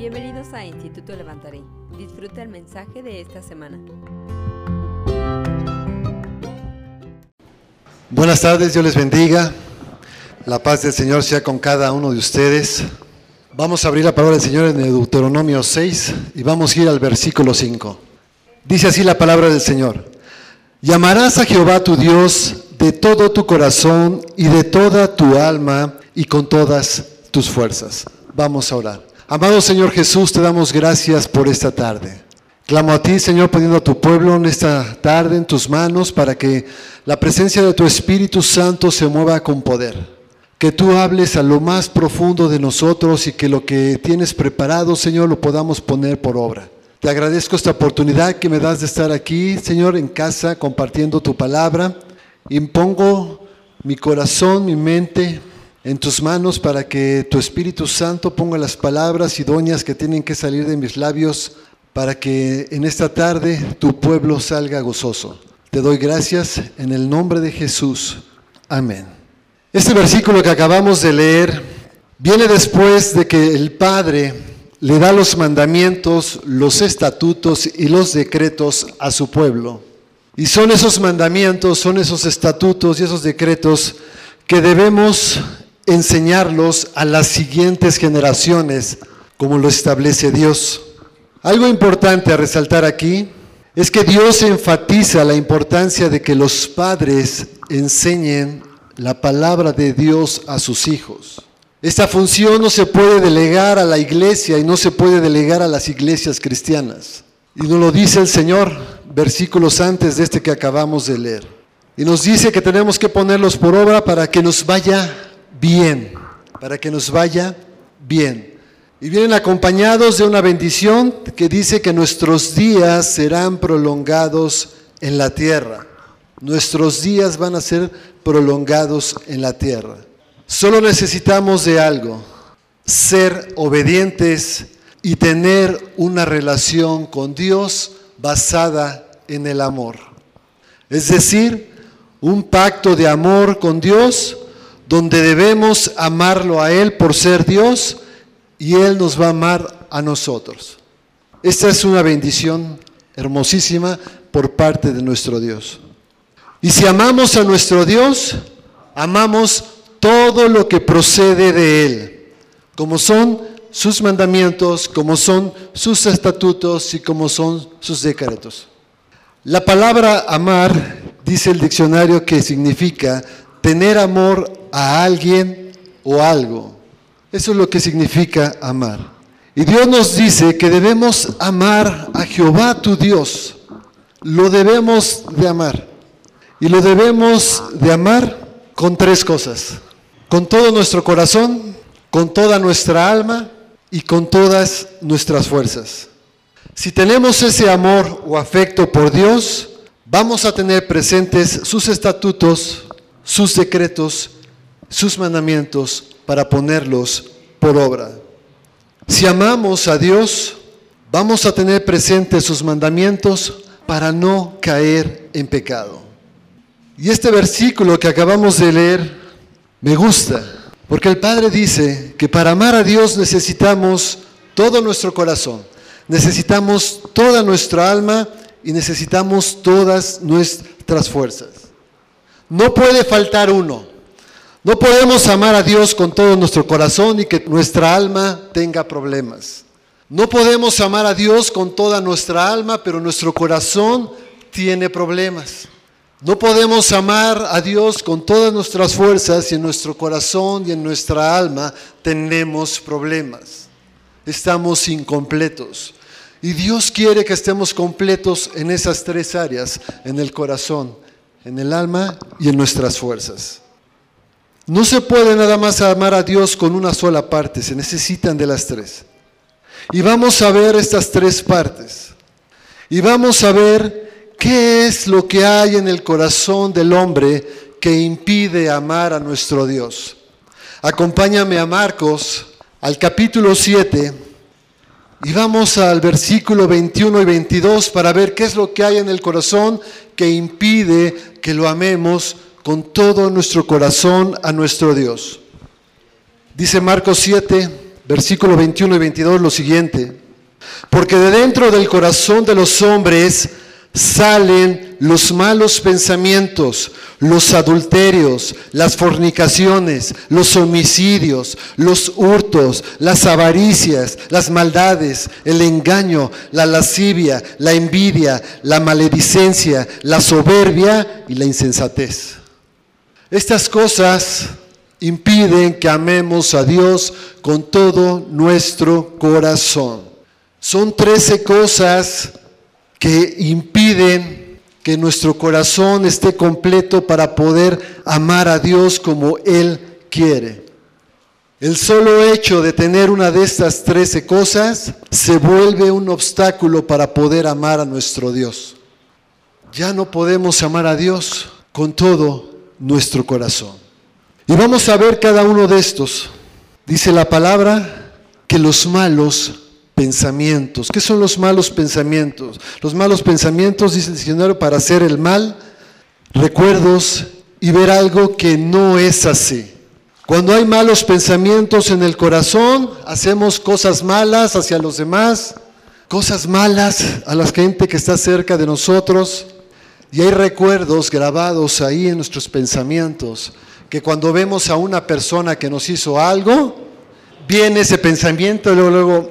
Bienvenidos a Instituto Levantaré. Disfruta el mensaje de esta semana. Buenas tardes, Dios les bendiga. La paz del Señor sea con cada uno de ustedes. Vamos a abrir la palabra del Señor en Deuteronomio 6 y vamos a ir al versículo 5. Dice así la palabra del Señor: y amarás a Jehová tu Dios de todo tu corazón y de toda tu alma y con todas tus fuerzas. Vamos a orar. Amado Señor Jesús, te damos gracias por esta tarde. Clamo a ti, Señor, poniendo a tu pueblo en esta tarde en tus manos para que la presencia de tu Espíritu Santo se mueva con poder. Que tú hables a lo más profundo de nosotros y que lo que tienes preparado, Señor, lo podamos poner por obra. Te agradezco esta oportunidad que me das de estar aquí, Señor, en casa, compartiendo tu palabra. Impongo mi corazón, mi mente en tus manos para que tu Espíritu Santo ponga las palabras idóneas que tienen que salir de mis labios para que en esta tarde tu pueblo salga gozoso. Te doy gracias en el nombre de Jesús. Amén. Este versículo que acabamos de leer viene después de que el Padre le da los mandamientos, los estatutos y los decretos a su pueblo. Y son esos mandamientos, son esos estatutos y esos decretos que debemos enseñarlos a las siguientes generaciones, como lo establece Dios. Algo importante a resaltar aquí es que Dios enfatiza la importancia de que los padres enseñen la palabra de Dios a sus hijos. Esta función no se puede delegar a la iglesia y no se puede delegar a las iglesias cristianas. Y nos lo dice el Señor, versículos antes de este que acabamos de leer. Y nos dice que tenemos que ponerlos por obra para que nos vaya bien, para que nos vaya bien. Y vienen acompañados de una bendición que dice que nuestros días serán prolongados en la tierra. Nuestros días van a ser prolongados en la tierra. Solo necesitamos de algo: ser obedientes y tener una relación con Dios basada en el amor. Es decir, un pacto de amor con Dios donde debemos amarlo a Él por ser Dios y Él nos va a amar a nosotros. Esta es una bendición hermosísima por parte de nuestro Dios. Y si amamos a nuestro Dios, amamos todo lo que procede de Él, como son sus mandamientos, como son sus estatutos y como son sus decretos. La palabra amar, dice el diccionario, que significa tener amor a alguien o algo. Eso es lo que significa amar. Y Dios nos dice que debemos amar a Jehová tu Dios. Lo debemos de amar. Y lo debemos de amar con tres cosas: con todo nuestro corazón, con toda nuestra alma y con todas nuestras fuerzas. Si tenemos ese amor o afecto por Dios, vamos a tener presentes sus estatutos, sus decretos, sus mandamientos para ponerlos por obra. Si amamos a Dios, vamos a tener presentes sus mandamientos para no caer en pecado. Y este versículo que acabamos de leer me gusta, porque el Padre dice que para amar a Dios necesitamos todo nuestro corazón, necesitamos toda nuestra alma y necesitamos todas nuestras fuerzas. No puede faltar uno. No podemos amar a Dios con todo nuestro corazón y que nuestra alma tenga problemas. No podemos amar a Dios con toda nuestra alma, pero nuestro corazón tiene problemas. No podemos amar a Dios con todas nuestras fuerzas y en nuestro corazón y en nuestra alma tenemos problemas. Estamos incompletos. Y Dios quiere que estemos completos en esas tres áreas: en el corazón, en el alma y en nuestras fuerzas. No se puede nada más amar a Dios con una sola parte, se necesitan de las tres. Y vamos a ver estas tres partes. Y vamos a ver qué es lo que hay en el corazón del hombre que impide amar a nuestro Dios. Acompáñame a Marcos, al capítulo 7, y vamos al versículo 21 y 22 para ver qué es lo que hay en el corazón que impide que lo amemos con todo nuestro corazón a nuestro Dios. Dice Marcos 7, versículo 21 y 22, lo siguiente: porque de dentro del corazón de los hombres salen los malos pensamientos, los adulterios, las fornicaciones, los homicidios, los hurtos, las avaricias, las maldades, el engaño, la lascivia, la envidia, la maledicencia, la soberbia y la insensatez. Estas cosas impiden que amemos a Dios con todo nuestro corazón. Son 13 cosas que impiden que nuestro corazón esté completo para poder amar a Dios como Él quiere. El solo hecho de tener una de estas 13 cosas se vuelve un obstáculo para poder amar a nuestro Dios. Ya no podemos amar a Dios con todo nuestro corazón. Y vamos a ver cada uno de estos. Dice la palabra que los malos pensamientos. ¿Qué son los malos pensamientos? Los malos pensamientos, dice el diccionario, para hacer el mal, recuerdos y ver algo que no es así. Cuando hay malos pensamientos en el corazón, hacemos cosas malas hacia los demás, cosas malas a la gente que está cerca de nosotros, y hay recuerdos grabados ahí en nuestros pensamientos, que cuando vemos a una persona que nos hizo algo, viene ese pensamiento y luego,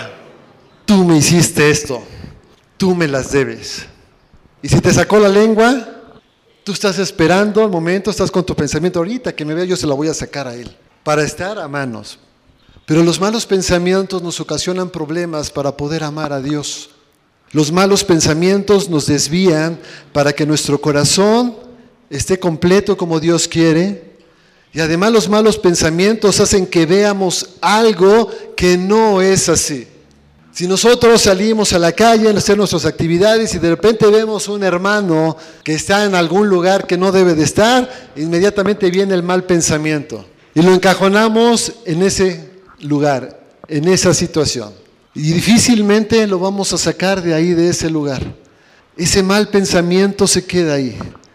tú me hiciste esto, tú me las debes. Y si te sacó la lengua, tú estás esperando el momento, estás con tu pensamiento, ahorita que me vea yo se la voy a sacar a él, para estar a manos. Pero los malos pensamientos nos ocasionan problemas para poder amar a Dios. Los malos pensamientos nos desvían para que nuestro corazón esté completo como Dios quiere. Y además los malos pensamientos hacen que veamos algo que no es así. Si nosotros salimos a la calle a hacer nuestras actividades y de repente vemos un hermano que está en algún lugar que no debe de estar, inmediatamente viene el mal pensamiento y lo encajonamos en ese lugar, en esa situación. Y difícilmente lo vamos a sacar de ahí, de ese lugar. Ese mal pensamiento se queda ahí.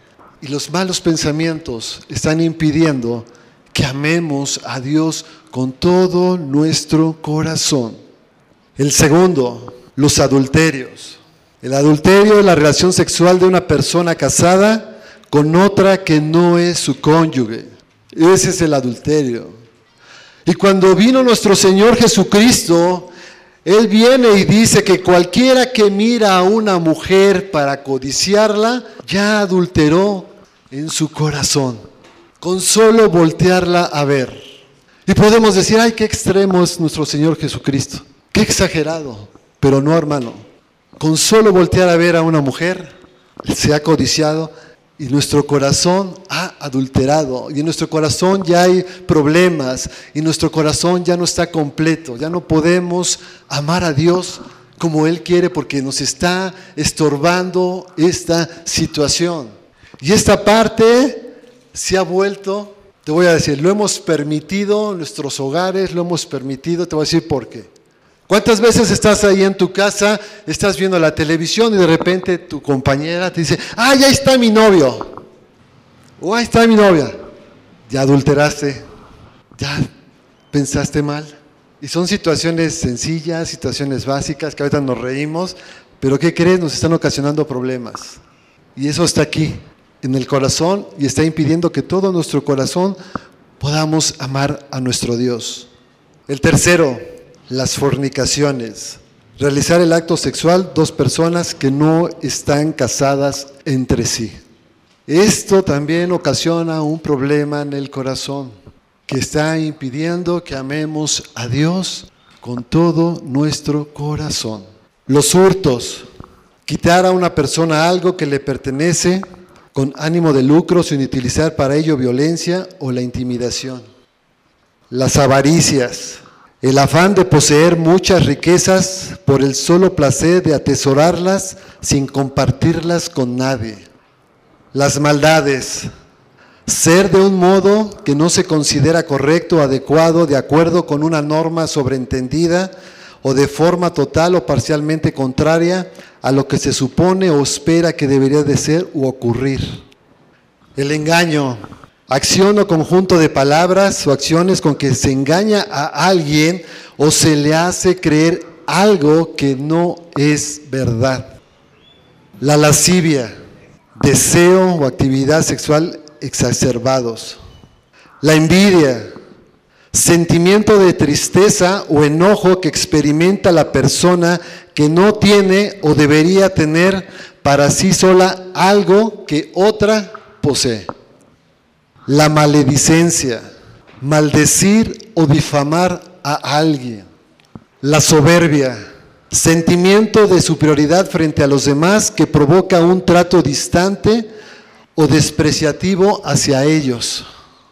Y los malos pensamientos están impidiendo que amemos a Dios con todo nuestro corazón. El segundo, los adulterios. El adulterio es la relación sexual de una persona casada con otra que no es su cónyuge. Ese es el adulterio. Y cuando vino nuestro Señor Jesucristo, Él viene y dice que cualquiera que mira a una mujer para codiciarla, ya adulteró en su corazón, con solo voltearla a ver. Y podemos decir, ay, qué extremo es nuestro Señor Jesucristo, qué exagerado, pero no, hermano. Con solo voltear a ver a una mujer, se ha codiciado y nuestro corazón ha adulterado. Y en nuestro corazón ya hay problemas y nuestro corazón ya no está completo. Ya no podemos amar a Dios como Él quiere porque nos está estorbando esta situación. Y esta parte se ha vuelto, te voy a decir, lo hemos permitido en nuestros hogares, lo hemos permitido, te voy a decir por qué. ¿Cuántas veces estás ahí en tu casa, estás viendo la televisión y de repente tu compañera te dice, ¡ay, ahí está mi novio! O ahí está mi novia. Ya adulteraste, ya pensaste mal. Y son situaciones sencillas, situaciones básicas que ahorita nos reímos, pero ¿qué crees? Nos están ocasionando problemas. Y eso está aquí, en el corazón, y está impidiendo que todo nuestro corazón podamos amar a nuestro Dios. El tercero, las fornicaciones. Realizar el acto sexual dos personas que no están casadas entre sí. Esto también ocasiona un problema en el corazón que está impidiendo que amemos a Dios con todo nuestro corazón. Los hurtos. Quitar a una persona algo que le pertenece con ánimo de lucro sin utilizar para ello violencia o la intimidación. Las avaricias. El afán de poseer muchas riquezas por el solo placer de atesorarlas sin compartirlas con nadie. Las maldades. Ser de un modo que no se considera correcto o adecuado de acuerdo con una norma sobreentendida o de forma total o parcialmente contraria a lo que se supone o espera que debería de ser u ocurrir. El engaño. Acción o conjunto de palabras o acciones con que se engaña a alguien o se le hace creer algo que no es verdad. La lascivia, deseo o actividad sexual exacerbados. La envidia, sentimiento de tristeza o enojo que experimenta la persona que no tiene o debería tener para sí sola algo que otra posee. La maledicencia, maldecir o difamar a alguien. La soberbia, sentimiento de superioridad frente a los demás que provoca un trato distante o despreciativo hacia ellos.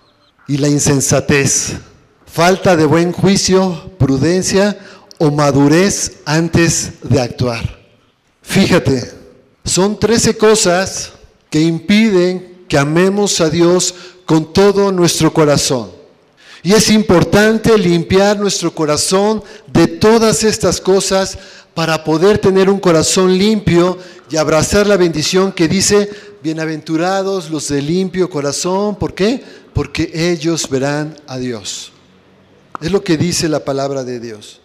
Y la insensatez, falta de buen juicio, prudencia o madurez antes de actuar. Fíjate, son 13 cosas que impiden que amemos a Dios con todo nuestro corazón. Y es importante limpiar nuestro corazón de todas estas cosas para poder tener un corazón limpio y abrazar la bendición que dice: bienaventurados los de limpio corazón. ¿Por qué? Porque ellos verán a Dios. Es lo que dice la palabra de Dios.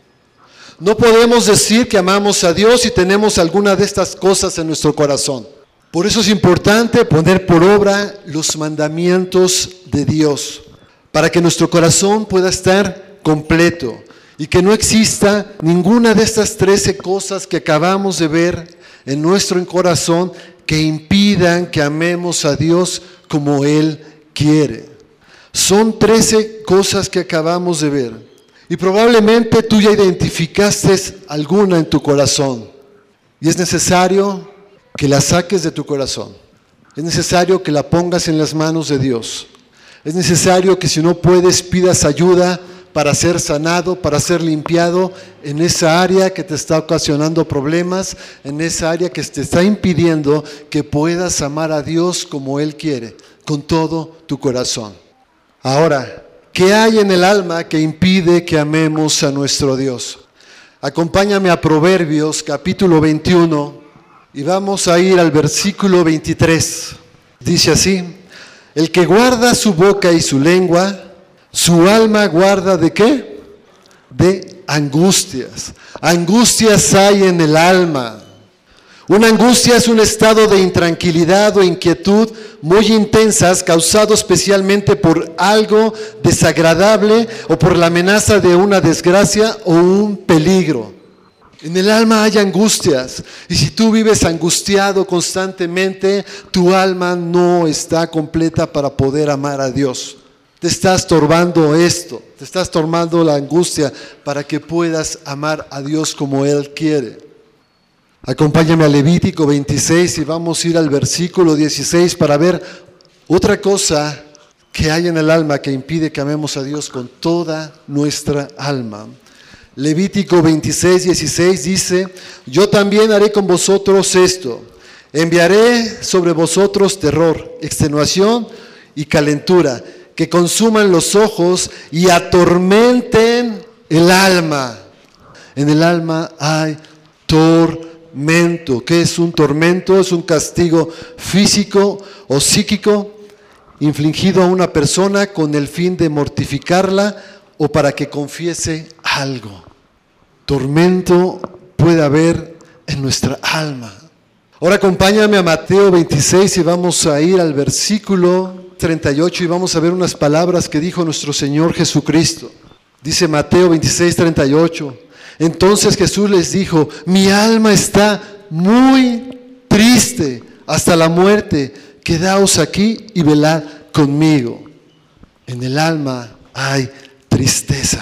No podemos decir que amamos a Dios si tenemos alguna de estas cosas en nuestro corazón. Por eso es importante poner por obra los mandamientos de Dios, para que nuestro corazón pueda estar completo y que no exista ninguna de estas 13 cosas que acabamos de ver en nuestro corazón que impidan que amemos a Dios como Él quiere. Son 13 cosas que acabamos de ver y probablemente tú ya identificaste alguna en tu corazón y es necesario que la saques de tu corazón. Es necesario que la pongas en las manos de Dios. Es necesario que si no puedes pidas ayuda para ser sanado, para ser limpiado en esa área que te está ocasionando problemas, en esa área que te está impidiendo que puedas amar a Dios como Él quiere, con todo tu corazón. Ahora, ¿qué hay en el alma que impide que amemos a nuestro Dios? Acompáñame a Proverbios capítulo 21 y vamos a ir al versículo 23. Dice así: el que guarda su boca y su lengua, su alma guarda ¿de qué? De angustias. Angustias hay en el alma. Una angustia es un estado de intranquilidad o inquietud muy intensas causado especialmente por algo desagradable o por la amenaza de una desgracia o un peligro. En el alma hay angustias y si tú vives angustiado constantemente, tu alma no está completa para poder amar a Dios. Te está estorbando esto, te está estorbando la angustia para que puedas amar a Dios como Él quiere. Acompáñame a Levítico 26 y vamos a ir al versículo 16 para ver otra cosa que hay en el alma que impide que amemos a Dios con toda nuestra alma. Levítico 26, 16 dice: yo también haré con vosotros esto, enviaré sobre vosotros terror, extenuación y calentura, que consuman los ojos y atormenten el alma. En el alma hay tormento. ¿Qué es un tormento? Es un castigo físico o psíquico infligido a una persona con el fin de mortificarla o para que confiese algo. Tormento puede haber en nuestra alma. Ahora acompáñame a Mateo 26 y vamos a ir al versículo 38 y vamos a ver unas palabras que dijo nuestro Señor Jesucristo. Dice Mateo 26, 38. Entonces Jesús les dijo: mi alma está muy triste hasta la muerte. Quedaos aquí y velad conmigo. En el alma hay tristeza.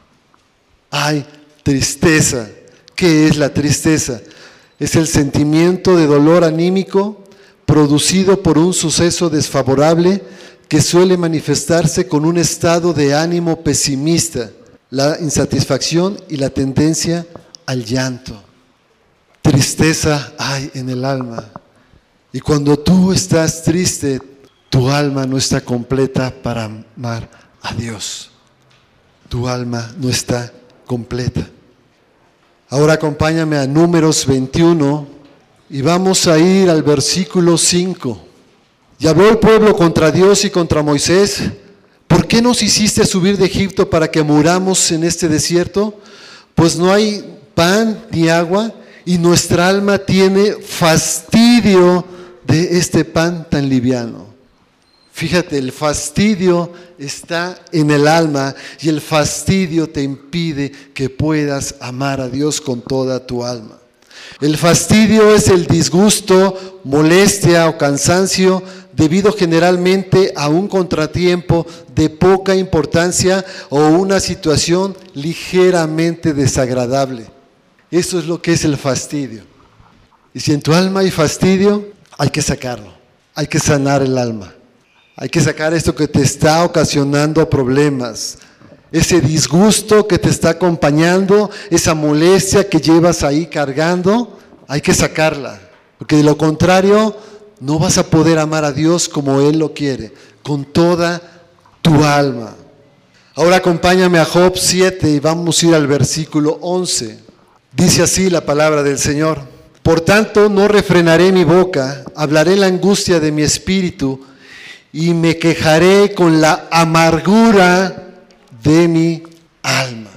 Hay tristeza. ¿Qué es la tristeza? Es el sentimiento de dolor anímico producido por un suceso desfavorable que suele manifestarse con un estado de ánimo pesimista, la insatisfacción y la tendencia al llanto. Tristeza hay en el alma. Y cuando tú estás triste, tu alma no está completa para amar a Dios. Tu alma no está completa. Ahora acompáñame a Números 21 y vamos a ir al versículo 5. Y habló el pueblo contra Dios y contra Moisés, ¿por ¿por qué nos hiciste subir de Egipto para que muramos en este desierto? Pues no hay pan ni agua, y nuestra alma tiene fastidio de este pan tan liviano. Fíjate, el fastidio está en el alma y el fastidio te impide que puedas amar a Dios con toda tu alma. El fastidio es el disgusto, molestia o cansancio debido generalmente a un contratiempo de poca importancia o una situación ligeramente desagradable. Eso es lo que es el fastidio. Y si en tu alma hay fastidio, hay que sacarlo, hay que sanar el alma. Hay que sacar esto que te está ocasionando problemas, ese disgusto que te está acompañando, esa molestia que llevas ahí cargando, hay que sacarla, porque de lo contrario no vas a poder amar a Dios como Él lo quiere, con toda tu alma. Ahora acompáñame a Job 7 y vamos a ir al versículo 11. Dice así la palabra del Señor: por tanto no refrenaré mi boca, hablaré la angustia de mi espíritu, y me quejaré con la amargura de mi alma.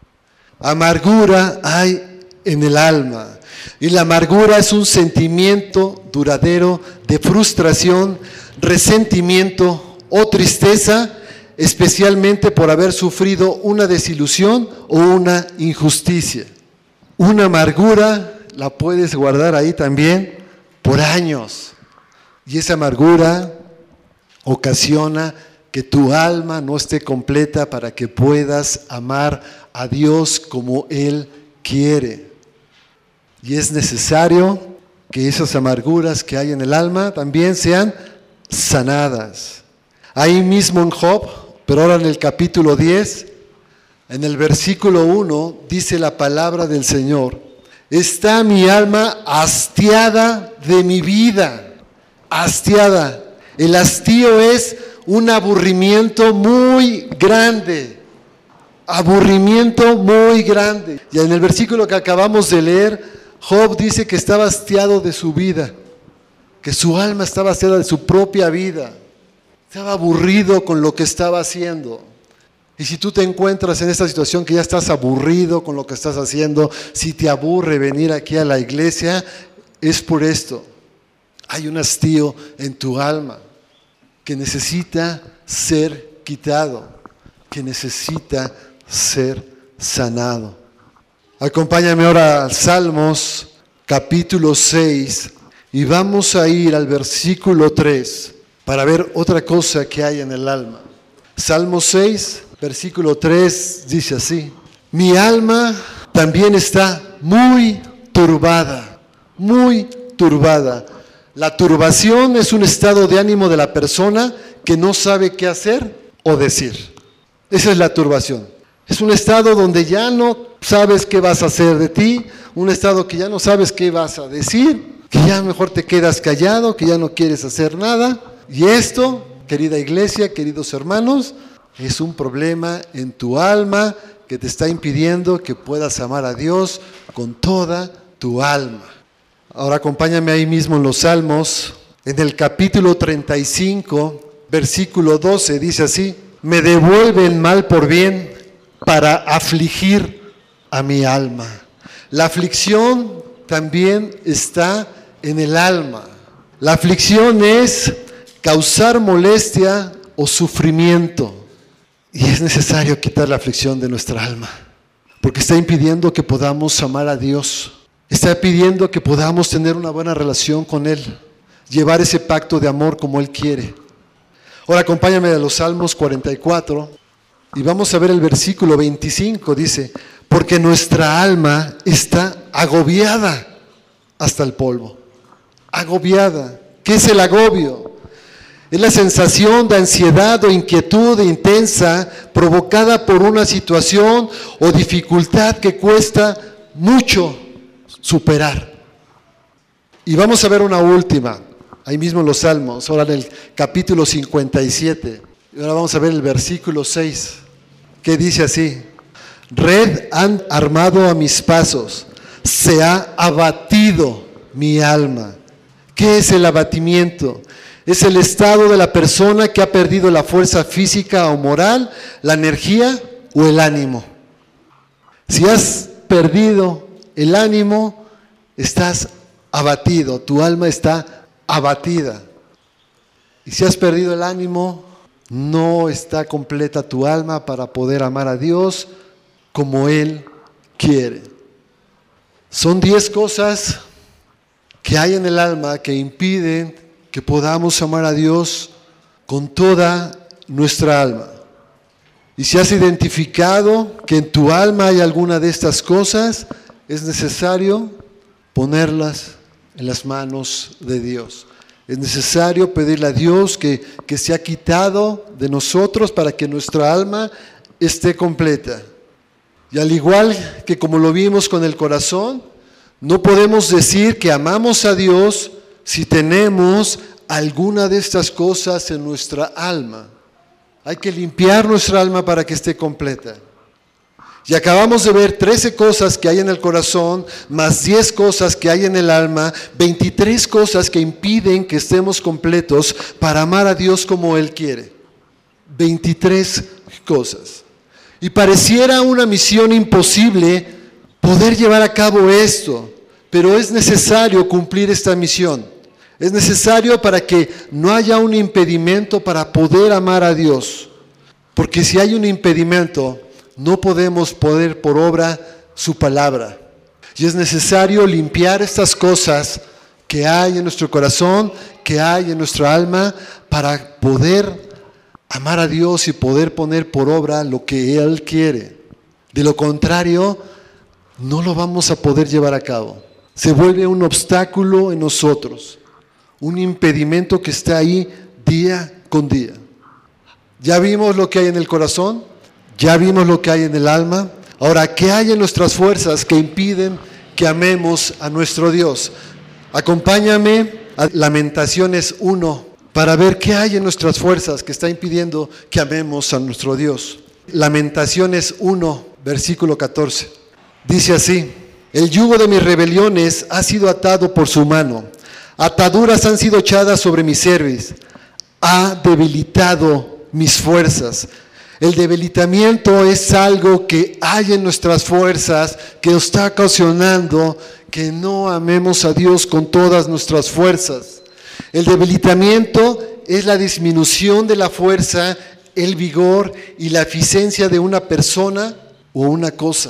Amargura hay en el alma. Y la amargura es un sentimiento duradero de frustración, resentimiento o tristeza, especialmente por haber sufrido una desilusión o una injusticia. Una amargura la puedes guardar ahí también por años. Y esa amargura ocasiona que tu alma no esté completa para que puedas amar a Dios como Él quiere. Y es necesario que esas amarguras que hay en el alma también sean sanadas. Ahí mismo en Job, pero ahora en el capítulo 10, en el versículo 1, dice la palabra del Señor: está mi alma hastiada de mi vida. Hastiada. El hastío es un aburrimiento muy grande. Aburrimiento muy grande. Y en el versículo que acabamos de leer, Job dice que estaba hastiado de su vida, que su alma estaba hastiada de su propia vida. Estaba aburrido con lo que estaba haciendo. Y si tú te encuentras en esta situación que ya estás aburrido con lo que estás haciendo, si te aburre venir aquí a la iglesia, es por esto. Hay un hastío en tu alma que necesita ser quitado, que necesita ser sanado. Acompáñame ahora al Salmos capítulo 6 y vamos a ir al versículo 3 para ver otra cosa que hay en el alma. Salmos 6, versículo 3 dice así: mi alma también está muy turbada, muy turbada. La turbación es un estado de ánimo de la persona que no sabe qué hacer o decir. Esa es la turbación. Es un estado donde ya no sabes qué vas a hacer de ti, un estado que ya no sabes qué vas a decir, que ya mejor te quedas callado, que ya no quieres hacer nada. Y esto, querida iglesia, queridos hermanos, es un problema en tu alma que te está impidiendo que puedas amar a Dios con toda tu alma. Ahora acompáñame ahí mismo en los Salmos, en el capítulo 35, versículo 12, dice así: me devuelven mal por bien para afligir a mi alma. La aflicción también está en el alma. La aflicción es causar molestia o sufrimiento. Y es necesario quitar la aflicción de nuestra alma, porque está impidiendo que podamos amar a Dios. Está pidiendo que podamos tener una buena relación con Él, llevar ese pacto de amor como Él quiere. Ahora acompáñame a los Salmos 44 y vamos a ver el versículo 25. Dice: porque nuestra alma está agobiada hasta el polvo. Agobiada. ¿Qué es el agobio? Es la sensación de ansiedad o inquietud intensa provocada por una situación o dificultad que cuesta mucho superar. Y vamos a ver una última, ahí mismo en los Salmos, ahora en el capítulo 57. Y ahora vamos a ver el versículo 6, que dice así: red han armado a mis pasos, se ha abatido mi alma. ¿Qué es el abatimiento? Es el estado de la persona que ha perdido la fuerza física o moral, la energía o el ánimo. Si has perdido el ánimo, estás abatido, tu alma está abatida. Y si has perdido el ánimo, no está completa tu alma para poder amar a Dios como Él quiere. Son 10 cosas que hay en el alma que impiden que podamos amar a Dios con toda nuestra alma. Y si has identificado que en tu alma hay alguna de estas cosas, es necesario ponerlas en las manos de Dios. Es necesario pedirle a Dios que se ha quitado de nosotros para que nuestra alma esté completa. Y al igual que como lo vimos con el corazón, no podemos decir que amamos a Dios si tenemos alguna de estas cosas en nuestra alma. Hay que limpiar nuestra alma para que esté completa. Y acabamos de ver 13 cosas que hay en el corazón, más 10 cosas que hay en el alma, 23 cosas que impiden que estemos completos para amar a Dios como Él quiere. 23 cosas. Y pareciera una misión imposible poder llevar a cabo esto, pero es necesario cumplir esta misión. Es necesario para que no haya un impedimento para poder amar a Dios. Porque si hay un impedimento, no podemos poner por obra su palabra. Y es necesario limpiar estas cosas que hay en nuestro corazón, que hay en nuestra alma, para poder amar a Dios y poder poner por obra lo que Él quiere. De lo contrario, no lo vamos a poder llevar a cabo. Se vuelve un obstáculo en nosotros, un impedimento que está ahí día con día. Ya vimos lo que hay en el corazón, ya vimos lo que hay en el alma. Ahora, ¿qué hay en nuestras fuerzas que impiden que amemos a nuestro Dios? Acompáñame a Lamentaciones 1 para ver qué hay en nuestras fuerzas que está impidiendo que amemos a nuestro Dios. Lamentaciones 1, versículo 14. Dice así: el yugo de mis rebeliones ha sido atado por su mano, ataduras han sido echadas sobre mi cerviz, ha debilitado mis fuerzas. El debilitamiento es algo que hay en nuestras fuerzas que está ocasionando que no amemos a Dios con todas nuestras fuerzas. El debilitamiento es la disminución de la fuerza, el vigor y la eficiencia de una persona o una cosa.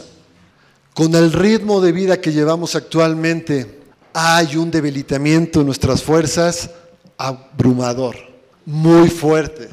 Con el ritmo de vida que llevamos actualmente, hay un debilitamiento en nuestras fuerzas abrumador, muy fuerte.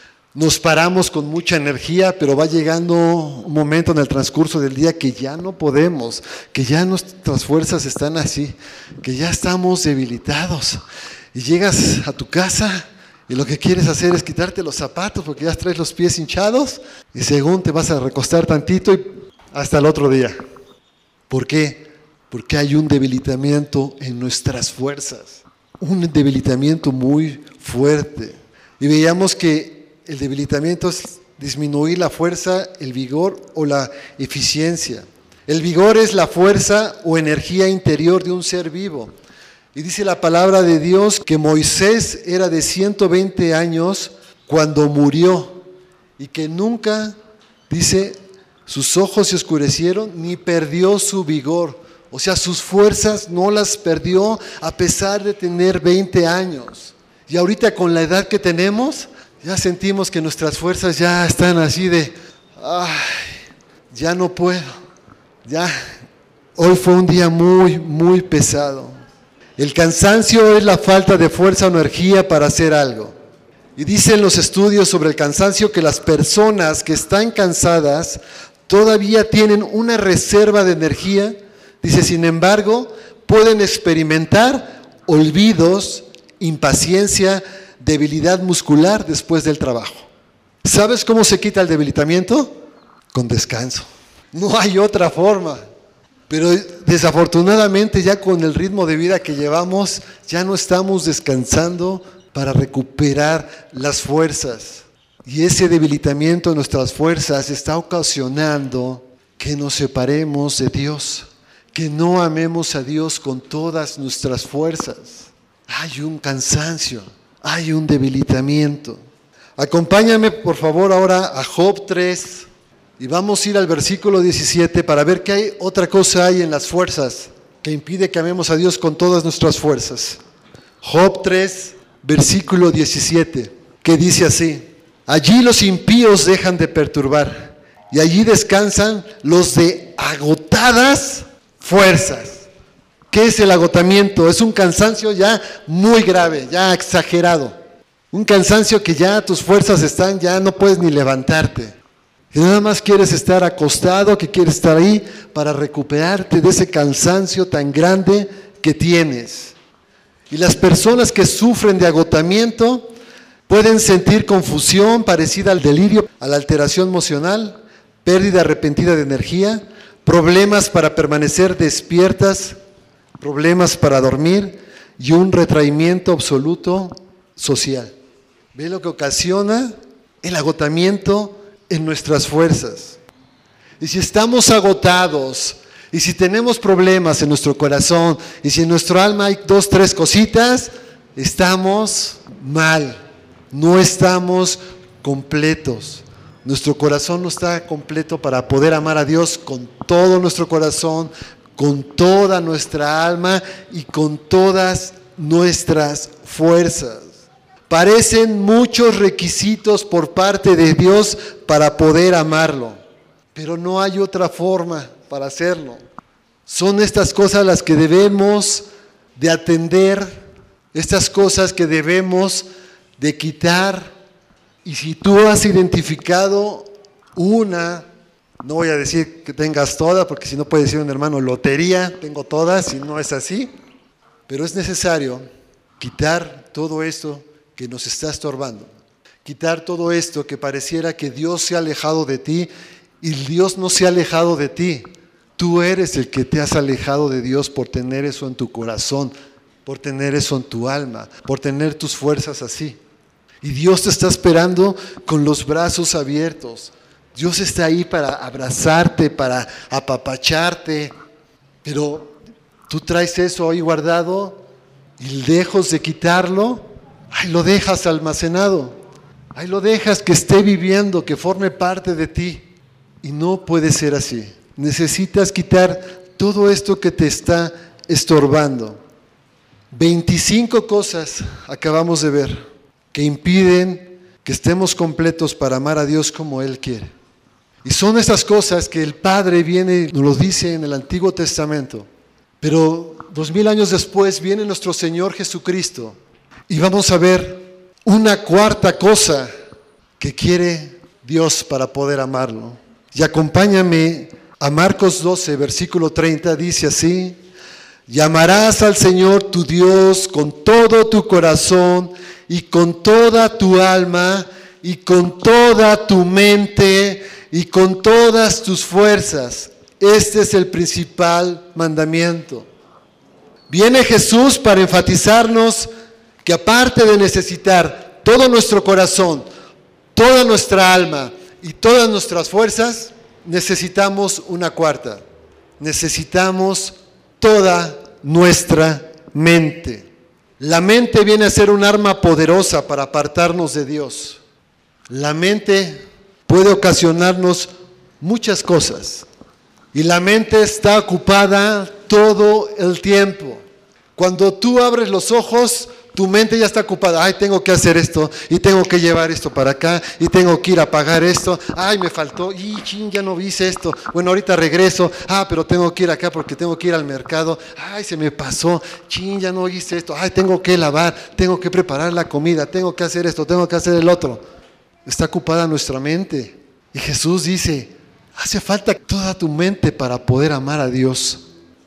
Nos paramos con mucha energía, pero va llegando un momento en el transcurso del día que ya no podemos, que ya nuestras fuerzas están así, que ya estamos debilitados. Y llegas a tu casa y lo que quieres hacer es quitarte los zapatos porque ya traes los pies hinchados y según te vas a recostar tantito y hasta el otro día. ¿Por qué? Porque hay un debilitamiento en nuestras fuerzas, un debilitamiento muy fuerte. Y veíamos que el debilitamiento es disminuir la fuerza, el vigor o la eficiencia. El vigor es la fuerza o energía interior de un ser vivo. Y dice la palabra de Dios que Moisés era de 120 años cuando murió y que nunca, dice, sus ojos se oscurecieron ni perdió su vigor. O sea, sus fuerzas no las perdió a pesar de tener 20 años. Y ahorita con la edad que tenemos, ya sentimos que nuestras fuerzas ya están así de, ay, ya no puedo, ya. Hoy fue un día muy, muy pesado. El cansancio es la falta de fuerza o energía para hacer algo. Y dicen los estudios sobre el cansancio que las personas que están cansadas todavía tienen una reserva de energía. Dice, sin embargo, pueden experimentar olvidos, impaciencia, debilidad muscular después del trabajo. ¿Sabes cómo se quita el debilitamiento? Con descanso. No hay otra forma. Pero desafortunadamente ya con el ritmo de vida que llevamos, ya no estamos descansando para recuperar las fuerzas. Y ese debilitamiento de nuestras fuerzas está ocasionando que nos separemos de Dios, que no amemos a Dios con todas nuestras fuerzas. Hay un cansancio. hay un debilitamiento. Acompáñame por favor ahora a Job 3 y vamos a ir al versículo 17 para ver qué hay, otra cosa hay en las fuerzas que impide que amemos a Dios con todas nuestras fuerzas. Job 3, versículo 17, que dice así: allí los impíos dejan de perturbar y allí descansan los de agotadas fuerzas. ¿Qué es el agotamiento? Es un cansancio ya muy grave, ya exagerado. Un cansancio que ya tus fuerzas están, ya no puedes ni levantarte. Que nada más quieres estar acostado, que quieres estar ahí para recuperarte de ese cansancio tan grande que tienes. Y las personas que sufren de agotamiento pueden sentir confusión parecida al delirio, a la alteración emocional, pérdida repentina de energía, problemas para permanecer despiertas, problemas para dormir y un retraimiento absoluto social. ¿Ve lo que ocasiona el agotamiento en nuestras fuerzas? Y si estamos agotados, y si tenemos problemas en nuestro corazón, y si en nuestro alma hay 2, 3 cositas, estamos mal, no estamos completos. Nuestro corazón no está completo para poder amar a Dios con todo nuestro corazón, con toda nuestra alma y con todas nuestras fuerzas. Parecen muchos requisitos por parte de Dios para poder amarlo, pero no hay otra forma para hacerlo. Son estas cosas las que debemos de atender, estas cosas que debemos de quitar. Y si tú has identificado una, no voy a decir que tengas todas, porque si no puede decir un hermano, lotería, tengo todas, y no es así, pero es necesario quitar todo esto que nos está estorbando, quitar todo esto que pareciera que Dios se ha alejado de ti, y Dios no se ha alejado de ti. Tú eres el que te has alejado de Dios por tener eso en tu corazón, por tener eso en tu alma, por tener tus fuerzas así. Y Dios te está esperando con los brazos abiertos. Dios está ahí para abrazarte, para apapacharte, pero tú traes eso ahí guardado y lejos de quitarlo, ahí lo dejas almacenado, ahí lo dejas que esté viviendo, que forme parte de ti. Y no puede ser así. Necesitas quitar todo esto que te está estorbando. 25 cosas acabamos de ver que impiden que estemos completos para amar a Dios como Él quiere. Y son esas cosas que el Padre viene y nos lo dice en el Antiguo Testamento. Pero 2000 años después viene nuestro Señor Jesucristo y vamos a ver una cuarta cosa que quiere Dios para poder amarlo. Y acompáñame a Marcos 12, versículo 30, dice así: y amarás al Señor tu Dios con todo tu corazón y con toda tu alma y con toda tu mente y con todas tus fuerzas. Este es el principal mandamiento. Viene Jesús para enfatizarnos que aparte de necesitar todo nuestro corazón, toda nuestra alma y todas nuestras fuerzas, necesitamos una cuarta. Necesitamos toda nuestra mente. La mente viene a ser un arma poderosa para apartarnos de Dios. La mente puede ocasionarnos muchas cosas y la mente está ocupada todo el tiempo. Cuando tú abres los ojos, tu mente ya está ocupada. Ay, tengo que hacer esto y tengo que llevar esto para acá y tengo que ir a pagar esto. Ay, me faltó y ya no hice esto. Bueno, ahorita regreso. Pero tengo que ir acá porque tengo que ir al mercado. Ay, se me pasó. Ya no hice esto. Ay, tengo que lavar, tengo que preparar la comida, tengo que hacer esto, tengo que hacer el otro. Está ocupada nuestra mente. Y Jesús dice, hace falta toda tu mente para poder amar a Dios.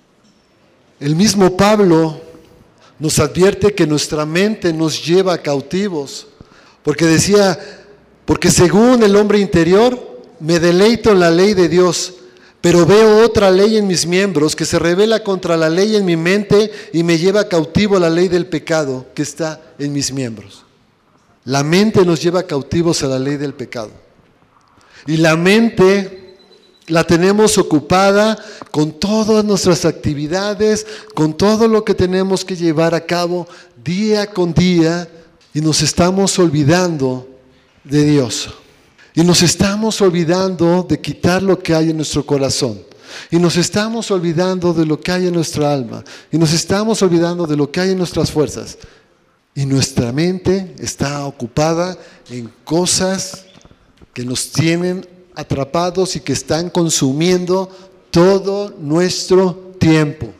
El mismo Pablo nos advierte que nuestra mente nos lleva cautivos, porque decía, porque según el hombre interior me deleito en la ley de Dios, pero veo otra ley en mis miembros que se revela contra la ley en mi mente y me lleva cautivo a la ley del pecado que está en mis miembros. La mente nos lleva cautivos a la ley del pecado. Y la mente la tenemos ocupada con todas nuestras actividades, con todo lo que tenemos que llevar a cabo día con día, Y nos estamos olvidando de Dios. Y nos estamos olvidando de quitar lo que hay en nuestro corazón. Y nos estamos olvidando de lo que hay en nuestra alma. Y nos estamos olvidando de lo que hay en nuestras fuerzas. Y nuestra mente está ocupada en cosas que nos tienen atrapados y que están consumiendo todo nuestro tiempo.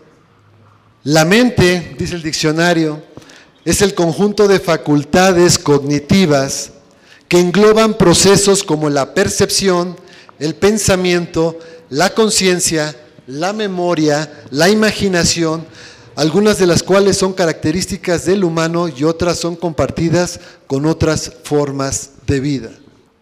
La mente, dice el diccionario, es el conjunto de facultades cognitivas que engloban procesos como la percepción, el pensamiento, la conciencia, la memoria, la imaginación, algunas de las cuales son características del humano y otras son compartidas con otras formas de vida.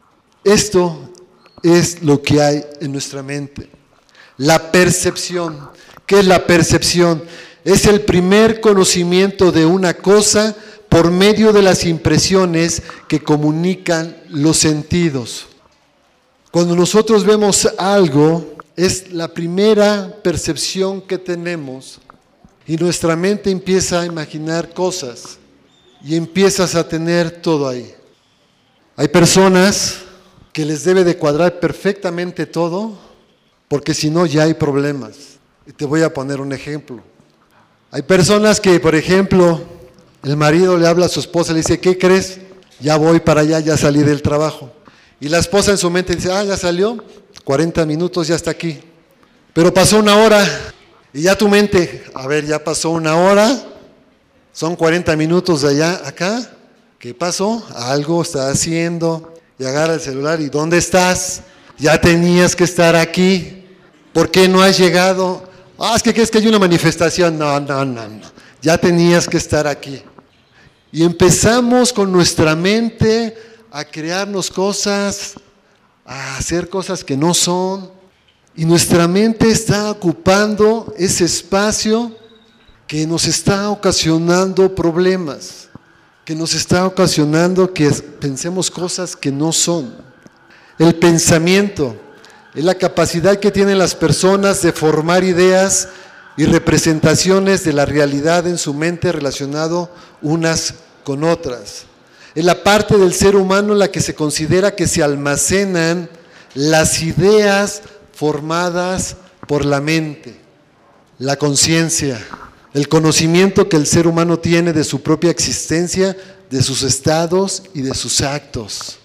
Esto es lo que hay en nuestra mente. La percepción. ¿Qué es la percepción? Es el primer conocimiento de una cosa por medio de las impresiones que comunican los sentidos. Cuando nosotros vemos algo, es la primera percepción que tenemos y nuestra mente empieza a imaginar cosas y empiezas a tener todo ahí. Hay personas que les debe de cuadrar perfectamente todo, porque si no ya hay problemas. Y te voy a poner un ejemplo. Hay personas que, por ejemplo, el marido le habla a su esposa y le dice, ¿qué crees? Ya voy para allá, ya salí del trabajo. Y la esposa en su mente dice, ya salió, 40 minutos, ya está aquí. Pero pasó una hora y ya tu mente, a ver, ya pasó una hora, son 40 minutos de allá, acá. ¿Qué pasó? Algo está haciendo. Y agarra el celular y ¿dónde estás? Ya tenías que estar aquí. ¿Por qué no has llegado? Es que hay una manifestación. No. Ya tenías que estar aquí. Y empezamos con nuestra mente a crearnos cosas, a hacer cosas que no son. Y nuestra mente está ocupando ese espacio que nos está ocasionando problemas, que nos está ocasionando que pensemos cosas que no son. El pensamiento es la capacidad que tienen las personas de formar ideas y representaciones de la realidad en su mente relacionado unas con otras. Es la parte del ser humano en la que se considera que se almacenan las ideas formadas por la mente. La conciencia, el conocimiento que el ser humano tiene de su propia existencia, de sus estados y de sus actos.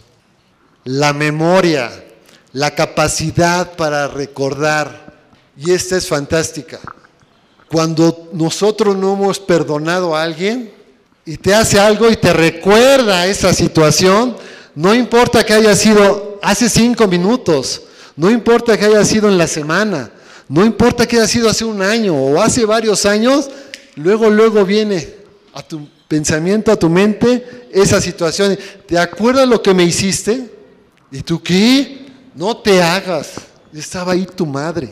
La memoria, la capacidad para recordar, y esta es fantástica. Cuando nosotros no hemos perdonado a alguien y te hace algo y te recuerda esa situación, no importa que haya sido hace 5 minutos, no importa que haya sido en la semana, no importa que haya sido hace un año o hace varios años, luego viene a tu pensamiento, a tu mente, esa situación. ¿Te acuerdas lo que me hiciste? ¿Y tú qué? No te hagas. Estaba ahí tu madre.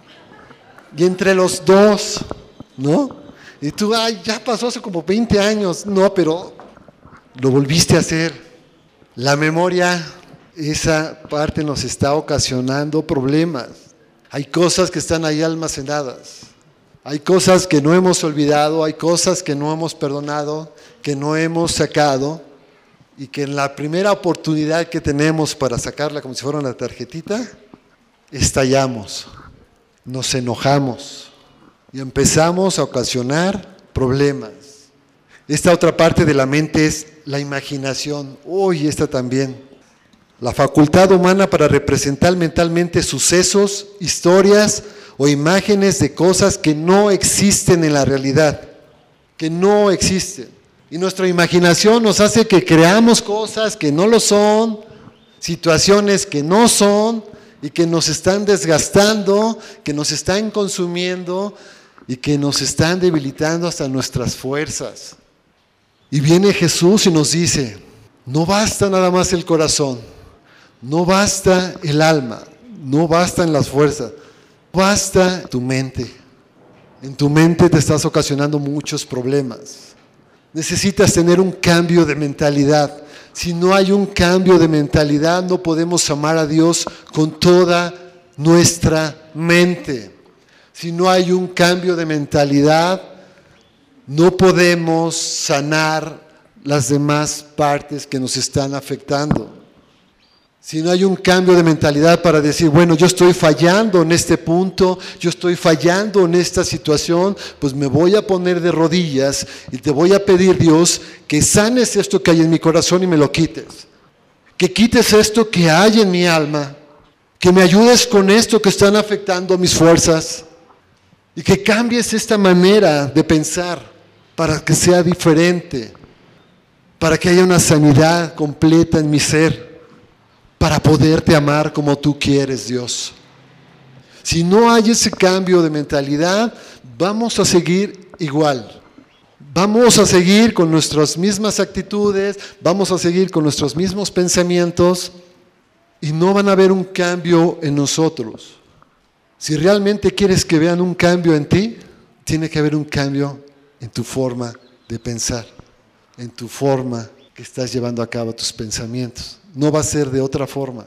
Y entre los dos, ¿no? Y tú, ya pasó hace como 20 años. No, pero lo volviste a hacer. La memoria, esa parte nos está ocasionando problemas. Hay cosas que están ahí almacenadas. Hay cosas que no hemos olvidado, hay cosas que no hemos perdonado, que no hemos sacado, y que en la primera oportunidad que tenemos para sacarla como si fuera una tarjetita, estallamos, nos enojamos y empezamos a ocasionar problemas. Esta otra parte de la mente es la imaginación. Esta también. La facultad humana para representar mentalmente sucesos, historias o imágenes de cosas que no existen en la realidad, que no existen. Y nuestra imaginación nos hace que creamos cosas que no lo son, situaciones que no son y que nos están desgastando, que nos están consumiendo y que nos están debilitando hasta nuestras fuerzas. Y viene Jesús y nos dice, no basta nada más el corazón, no basta el alma, no bastan las fuerzas, basta tu mente. En tu mente te estás ocasionando muchos problemas. Necesitas tener un cambio de mentalidad. Si no hay un cambio de mentalidad, no podemos amar a Dios con toda nuestra mente. Si no hay un cambio de mentalidad, no podemos sanar las demás partes que nos están afectando. Si no hay un cambio de mentalidad para decir, bueno, yo estoy fallando en este punto, yo estoy fallando en esta situación, pues me voy a poner de rodillas y te voy a pedir, Dios, que sanes esto que hay en mi corazón y me lo quites. Que quites esto que hay en mi alma, que me ayudes con esto que están afectando mis fuerzas y que cambies esta manera de pensar para que sea diferente, para que haya una sanidad completa en mi ser, para poderte amar como tú quieres, Dios. Si no hay ese cambio de mentalidad, vamos a seguir igual. Vamos a seguir con nuestras mismas actitudes, vamos a seguir con nuestros mismos pensamientos y no van a haber un cambio en nosotros. Si realmente quieres que vean un cambio en ti, tiene que haber un cambio en tu forma de pensar, en tu forma que estás llevando a cabo tus pensamientos. No va a ser de otra forma.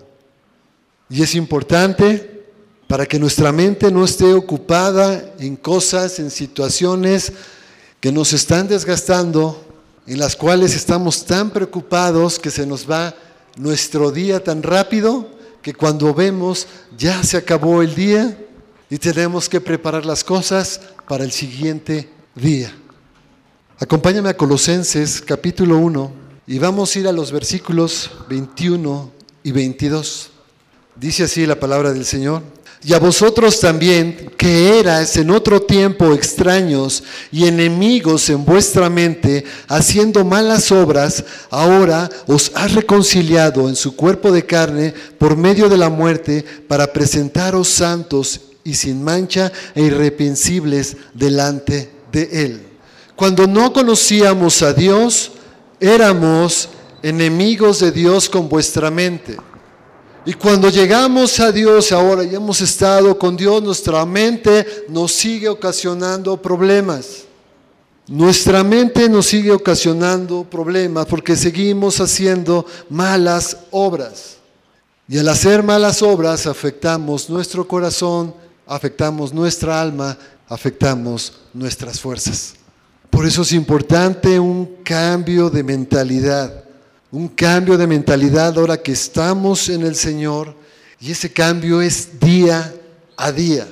Y es importante para que nuestra mente no esté ocupada en cosas, en situaciones que nos están desgastando, en las cuales estamos tan preocupados que se nos va nuestro día tan rápido que cuando vemos ya se acabó el día y tenemos que preparar las cosas para el siguiente día. Acompáñame a Colosenses capítulo 1 y vamos a ir a los versículos 21 y 22. Dice así la palabra del Señor. Y a vosotros también, que erais en otro tiempo extraños y enemigos en vuestra mente, haciendo malas obras, ahora os ha reconciliado en su cuerpo de carne por medio de la muerte, para presentaros santos y sin mancha e irreprensibles delante de Él. Cuando no conocíamos a Dios, éramos enemigos de Dios con vuestra mente. Y cuando llegamos a Dios ahora y hemos estado con Dios, nuestra mente nos sigue ocasionando problemas. Nuestra mente nos sigue ocasionando problemas porque seguimos haciendo malas obras. Y al hacer malas obras afectamos nuestro corazón, afectamos nuestra alma, afectamos nuestras fuerzas. Por eso es importante un cambio de mentalidad. Un cambio de mentalidad ahora que estamos en el Señor, y ese cambio es día a día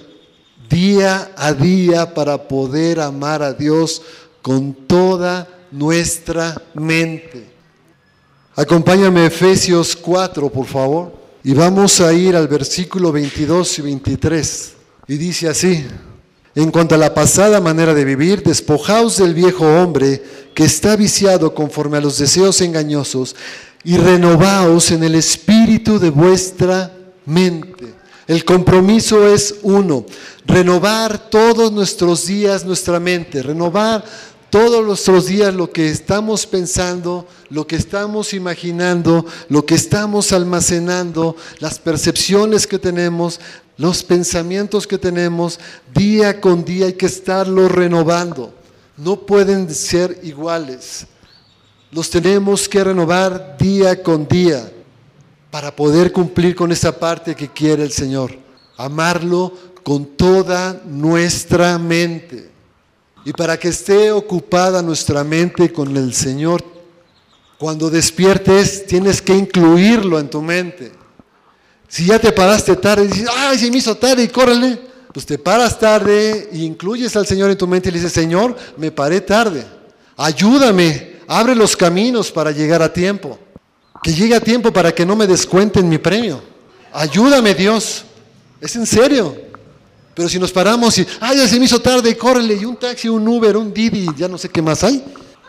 para poder amar a Dios con toda nuestra mente. Acompáñame a Efesios 4, por favor, y vamos a ir al versículo 22 y 23, y dice así: en cuanto a la pasada manera de vivir, despojaos del viejo hombre que está viciado conforme a los deseos engañosos y renovaos en el espíritu de vuestra mente. El compromiso es uno: renovar todos nuestros días nuestra mente, renovar todos nuestros días lo que estamos pensando, lo que estamos imaginando, lo que estamos almacenando, las percepciones que tenemos, los pensamientos que tenemos. Día con día hay que estarlo renovando. No pueden ser iguales. Los tenemos que renovar día con día para poder cumplir con esa parte que quiere el Señor. Amarlo con toda nuestra mente. Y para que esté ocupada nuestra mente con el Señor, cuando despiertes tienes que incluirlo en tu mente. Si ya te paraste tarde y dices, ¡ay, se me hizo tarde y córrele! Pues te paras tarde e incluyes al Señor en tu mente y le dices, Señor, me paré tarde, ayúdame, abre los caminos para llegar a tiempo, que llegue a tiempo para que no me descuenten mi premio. Ayúdame, Dios, es en serio. Pero si nos paramos y, ¡ay, ya se me hizo tarde, córrele! Y un taxi, un Uber, un Didi, ya no sé qué más hay.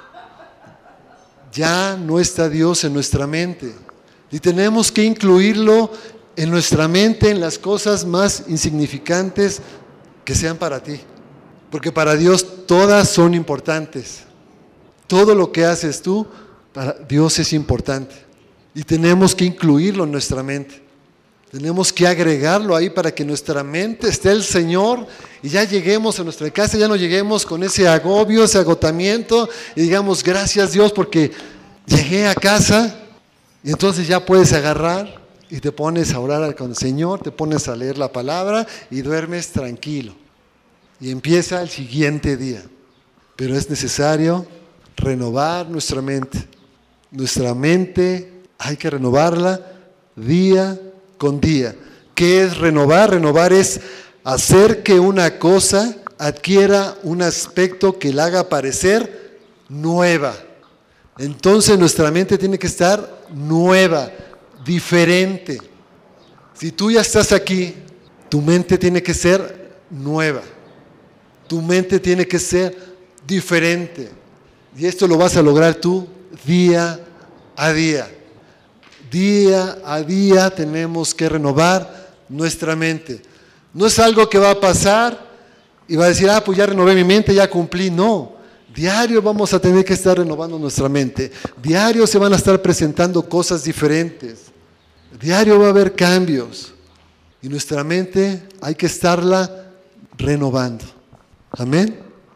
Ya no está Dios en nuestra mente. Y tenemos que incluirlo en nuestra mente, en las cosas más insignificantes que sean para ti. Porque para Dios todas son importantes. Todo lo que haces tú, para Dios es importante. Y tenemos que incluirlo en nuestra mente. Tenemos que agregarlo ahí para que en nuestra mente esté el Señor y ya lleguemos a nuestra casa, ya no lleguemos con ese agobio, ese agotamiento y digamos, gracias Dios porque llegué a casa. Y entonces ya puedes agarrar y te pones a orar con el Señor, te pones a leer la palabra y duermes tranquilo. Y empieza el siguiente día. Pero es necesario renovar nuestra mente. Nuestra mente hay que renovarla día con día. ¿Qué es renovar? Renovar es hacer que una cosa adquiera un aspecto que la haga parecer nueva. Entonces nuestra mente tiene que estar nueva, diferente. Si tú ya estás aquí, tu mente tiene que ser nueva. Tu mente tiene que ser diferente. Y esto lo vas a lograr tú día a día. Día a día tenemos que renovar nuestra mente. No es algo que va a pasar y va a decir, pues ya renové mi mente, ya cumplí. No, diario vamos a tener que estar renovando nuestra mente. Diario se van a estar presentando cosas diferentes. Diario va a haber cambios. Y nuestra mente hay que estarla renovando. Amén.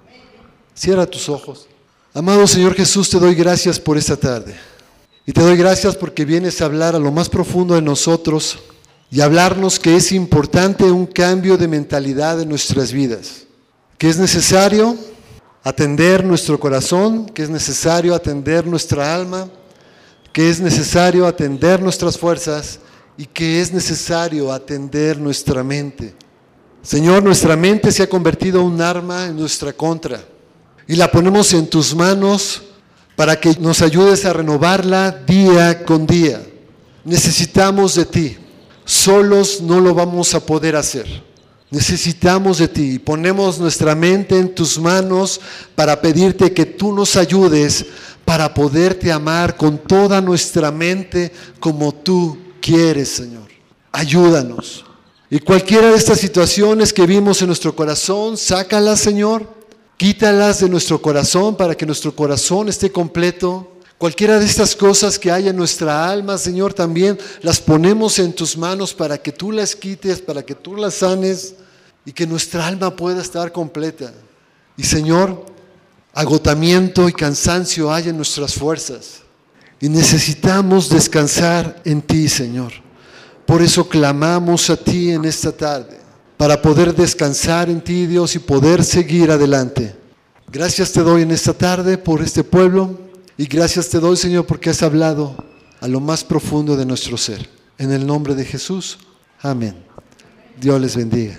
Cierra tus ojos. Amado Señor Jesús, te doy gracias por esta tarde. Y te doy gracias porque vienes a hablar a lo más profundo de nosotros y hablarnos que es importante un cambio de mentalidad en nuestras vidas. Que es necesario atender nuestro corazón, que es necesario atender nuestra alma, que es necesario atender nuestras fuerzas y que es necesario atender nuestra mente. Señor, nuestra mente se ha convertido en un arma en nuestra contra y la ponemos en tus manos para que nos ayudes a renovarla día con día. Necesitamos de ti, solos no lo vamos a poder hacer. Necesitamos de ti y ponemos nuestra mente en tus manos para pedirte que tú nos ayudes para poderte amar con toda nuestra mente como tú quieres, Señor. Ayúdanos. Y cualquiera de estas situaciones que vimos en nuestro corazón, sácalas, Señor. Quítalas de nuestro corazón para que nuestro corazón esté completo. Cualquiera de estas cosas que hay en nuestra alma, Señor, también las ponemos en tus manos para que tú las quites, para que tú las sanes y que nuestra alma pueda estar completa. Y, Señor, agotamiento y cansancio hay en nuestras fuerzas y necesitamos descansar en ti, Señor. Por eso clamamos a ti en esta tarde, para poder descansar en ti, Dios, y poder seguir adelante. Gracias te doy en esta tarde por este pueblo y gracias te doy, Señor, porque has hablado a lo más profundo de nuestro ser. En el nombre de Jesús, amén. Dios les bendiga.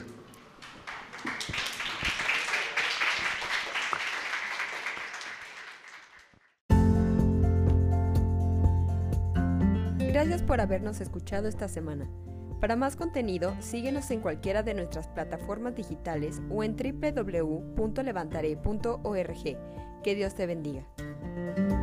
Gracias por habernos escuchado esta semana. Para más contenido, síguenos en cualquiera de nuestras plataformas digitales o en www.levantaré.org. Que Dios te bendiga.